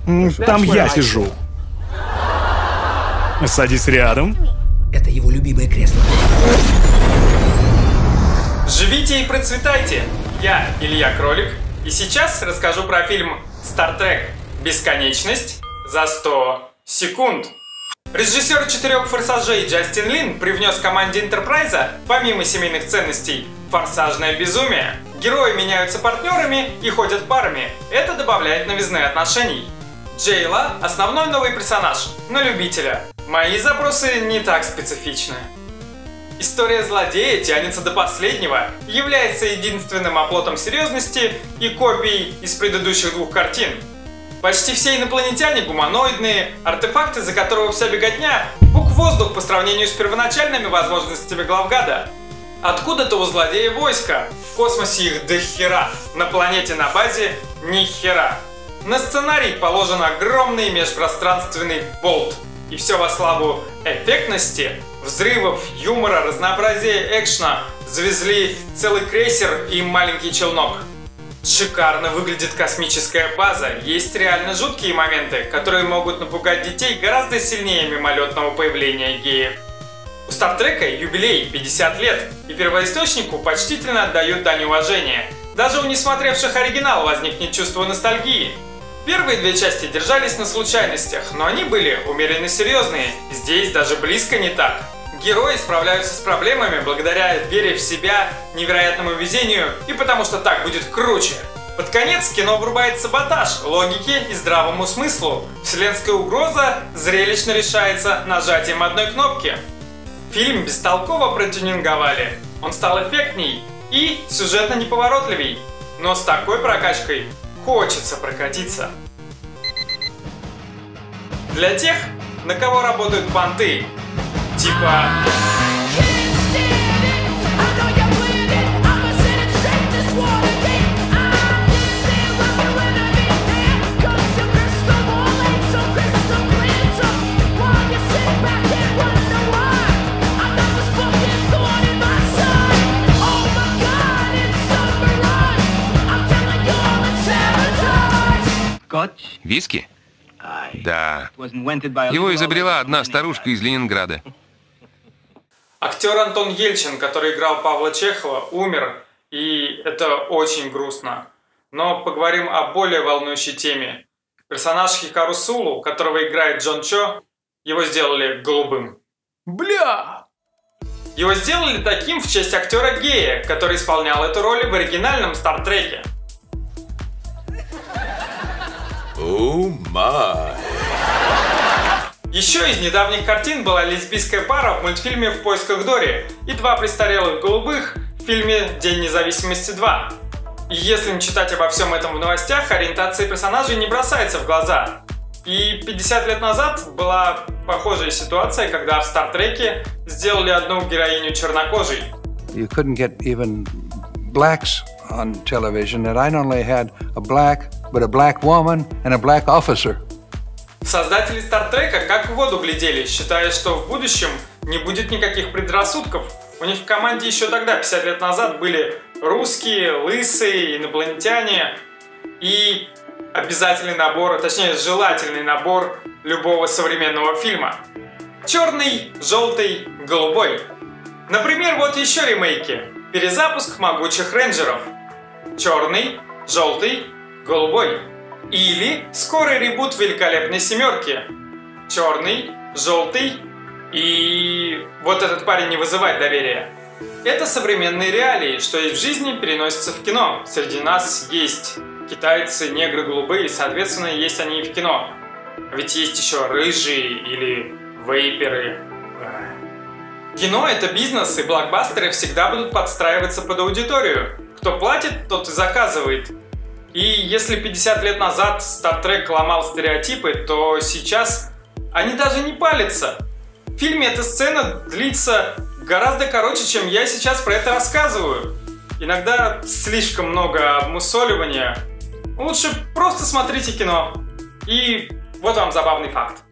Там я сижу. Садись рядом. Это его любимое кресло. Живите и процветайте! Я Илья Кролик, и сейчас расскажу про фильм Star Trek Бесконечность за 100 секунд. Режиссер 4 форсажей Джастин Лин привнес команде Энтерпрайза, помимо семейных ценностей, форсажное безумие. Герои меняются партнерами и ходят парами. Это добавляет новизны отношений. Джейла – основной новый персонаж, на любителя. Мои запросы не так специфичны. История злодея тянется до последнего, является единственным оплотом серьезности и копией из предыдущих двух картин. Почти все инопланетяне гуманоидные, артефакты, за которого вся беготня – бук-воздух по сравнению с первоначальными возможностями главгада. Откуда-то у злодея войска, в космосе их до хера, на планете на базе ни хера. На сценарий положен огромный межпространственный болт. И все во славу эффектности, взрывов, юмора, разнообразия экшена завезли целый крейсер и маленький челнок. Шикарно выглядит космическая база, есть реально жуткие моменты, которые могут напугать детей гораздо сильнее мимолетного появления геев. У Стартрека юбилей 50 лет, и первоисточнику почтительно отдают дань уважения. Даже у несмотревших оригинал возникнет чувство ностальгии. Первые две части держались на случайностях, но они были умеренно серьезные, здесь даже близко не так. Герои справляются с проблемами благодаря вере в себя, невероятному везению и потому что так будет круче. Под конец кино врубает саботаж, логике и здравому смыслу. Вселенская угроза зрелищно решается нажатием одной кнопки. Фильм бестолково протюнинговали. Он стал эффектней и сюжетно неповоротливей. Но с такой прокачкой хочется прокатиться. Для тех, на кого работают понты, типа... Виски? Да. Его изобрела одна старушка из Ленинграда. Актер Антон Ельчин, который играл Павла Чехова, умер, и это очень грустно. Но поговорим о более волнующей теме. Персонаж Хикару Сулу, которого играет Джон Чо, его сделали голубым. Бля! Его сделали таким в честь актера гея, который исполнял эту роль в оригинальном Стартреке. О май! Еще из недавних картин была лесбийская пара в мультфильме «В поисках Дори» и два престарелых голубых в фильме «День независимости 2». И если не читать обо всем этом в новостях, ориентация персонажей не бросается в глаза. И 50 лет назад была похожая ситуация, когда в Стартреке сделали одну героиню чернокожей. You couldn't get even blacks on television, and I not only had a black, but a black woman and a black officer. Создатели Стартрека как в воду глядели, считая, что в будущем не будет никаких предрассудков. У них в команде еще тогда, 50 лет назад, были русские, лысые, инопланетяне и обязательный набор, точнее желательный набор любого современного фильма. Черный, желтый, голубой. Например, вот еще ремейки. Перезапуск «Могучих рейнджеров». Черный, желтый, голубой. Или скорый ребут «Великолепной семерки». Черный, желтый и вот этот парень не вызывает доверия. Это современные реалии, что есть в жизни, переносится в кино. Среди нас есть китайцы, негры, голубые, соответственно, есть они и в кино. Ведь есть еще рыжие или вейперы. Кино — это бизнес, и блокбастеры всегда будут подстраиваться под аудиторию. Кто платит, тот и заказывает. И если 50 лет назад Star Trek ломал стереотипы, то сейчас они даже не палятся. В фильме эта сцена длится гораздо короче, чем я сейчас про это рассказываю. Иногда слишком много обмусоливания. Лучше просто смотрите кино. И вот вам забавный факт.